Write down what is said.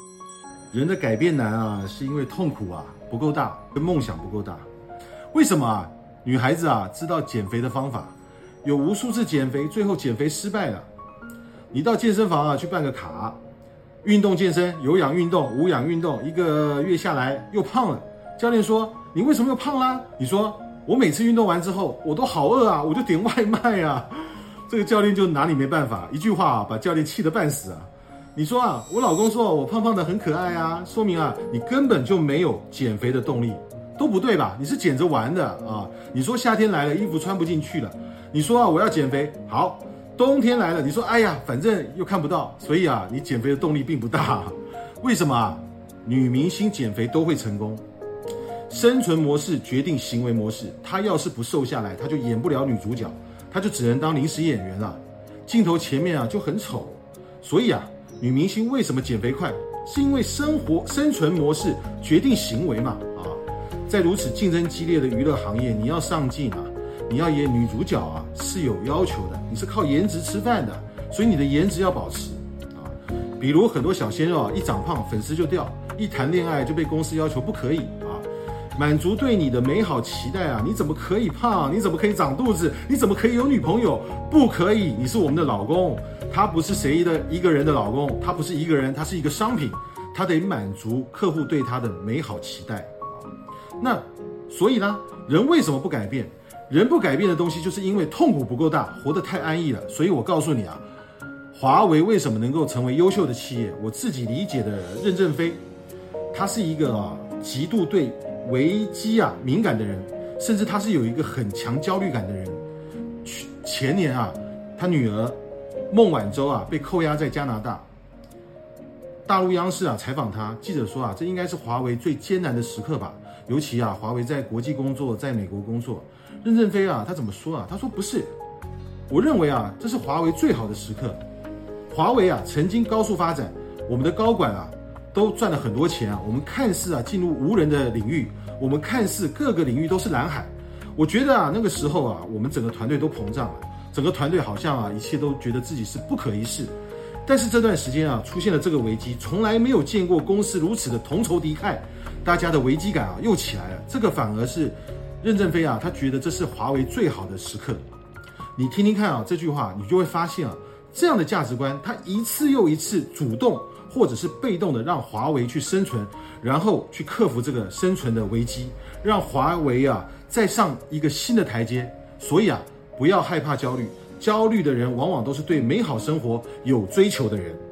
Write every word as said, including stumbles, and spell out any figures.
人的改变难啊，是因为痛苦啊不够大，跟梦想不够大。为什么啊？女孩子啊知道减肥的方法，有无数次减肥，最后减肥失败了。你到健身房啊去办个卡，运动健身，有氧运动、无氧运动，一个月下来又胖了。教练说：“你为什么又胖啦？”你说：“我每次运动完之后，我都好饿啊，我就点外卖啊。”这个教练就拿你没办法，一句话啊把教练气得半死啊。你说啊，我老公说我胖胖的很可爱啊，说明啊你根本就没有减肥的动力，都不对吧？你是捡着玩的啊。你说夏天来了，衣服穿不进去了，你说啊我要减肥，好，冬天来了，你说哎呀反正又看不到，所以啊你减肥的动力并不大。为什么啊？女明星减肥都会成功，生存模式决定行为模式，她要是不瘦下来，她就演不了女主角，她就只能当临时演员了，镜头前面啊就很丑。所以啊女明星为什么减肥快？是因为生活生存模式决定行为嘛啊！在如此竞争激烈的娱乐行业，你要上镜啊，你要演女主角啊，是有要求的。你是靠颜值吃饭的，所以你的颜值要保持啊。比如很多小鲜肉啊，一长胖粉丝就掉，一谈恋爱就被公司要求不可以啊。满足对你的美好期待啊，你怎么可以胖？你怎么可以长肚子？你怎么可以有女朋友？不可以，你是我们的老公。他不是谁的一个人的老公，他不是一个人，他是一个商品，他得满足客户对他的美好期待。那所以呢，人为什么不改变？人不改变的东西，就是因为痛苦不够大，活得太安逸了。所以我告诉你啊，华为为什么能够成为优秀的企业？我自己理解的任正非，他是一个啊极度对危机啊敏感的人，甚至他是有一个很强焦虑感的人。前年啊，他女儿孟晚舟啊被扣押在加拿大，大陆央视啊采访他，记者说啊，这应该是华为最艰难的时刻吧，尤其啊华为在国际工作，在美国工作。任正非啊他怎么说啊？他说不是，我认为啊这是华为最好的时刻。华为啊曾经高速发展，我们的高管啊都赚了很多钱啊，我们看似啊进入无人的领域，我们看似各个领域都是蓝海。我觉得啊那个时候啊我们整个团队都膨胀了。整个团队好像啊，一切都觉得自己是不可一世，但是这段时间啊，出现了这个危机，从来没有见过公司如此的同仇敌忾，大家的危机感啊又起来了。这个反而是任正非啊，他觉得这是华为最好的时刻。你听听看啊，这句话你就会发现啊，这样的价值观，它一次又一次主动或者是被动的让华为去生存，然后去克服这个生存的危机，让华为啊再上一个新的台阶。所以啊，不要害怕焦虑，焦虑的人往往都是对美好生活有追求的人。